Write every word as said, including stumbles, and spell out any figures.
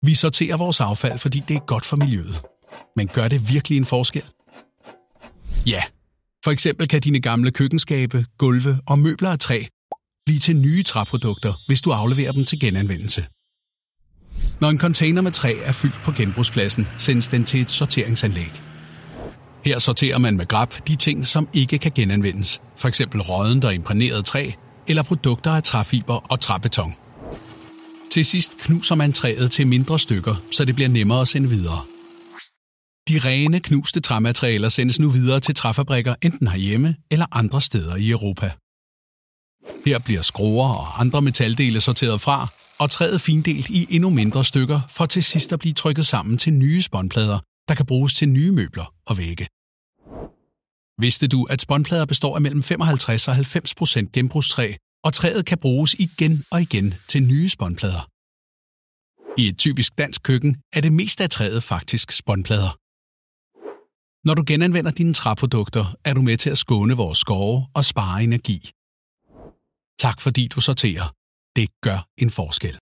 Vi sorterer vores affald, fordi det er godt for miljøet. Men gør det virkelig en forskel? Ja. For eksempel kan dine gamle køkkenskabe, gulve og møbler af træ blive til nye træprodukter, hvis du afleverer dem til genanvendelse. Når en container med træ er fyldt på genbrugspladsen, sendes den til et sorteringsanlæg. Her sorterer man med grab de ting, som ikke kan genanvendes, for eksempel råddent og imprægneret træ eller produkter af træfiber og træbeton. Til sidst knuser man træet til mindre stykker, så det bliver nemmere at sende videre. De rene, knuste træmaterialer sendes nu videre til træfabrikker enten herhjemme eller andre steder i Europa. Her bliver skruer og andre metaldele sorteret fra, og træet findelt i endnu mindre stykker for til sidst at blive trykket sammen til nye spånplader, der kan bruges til nye møbler og vægge. Vidste du, at spånplader består af mellem femoghalvtreds og halvfems procent genbrugstræ, og træet kan bruges igen og igen til nye spånplader? I et typisk dansk køkken er det meste af træet faktisk spånplader. Når du genanvender dine træprodukter, er du med til at skåne vores skove og spare energi. Tak fordi du sorterer. Det gør en forskel.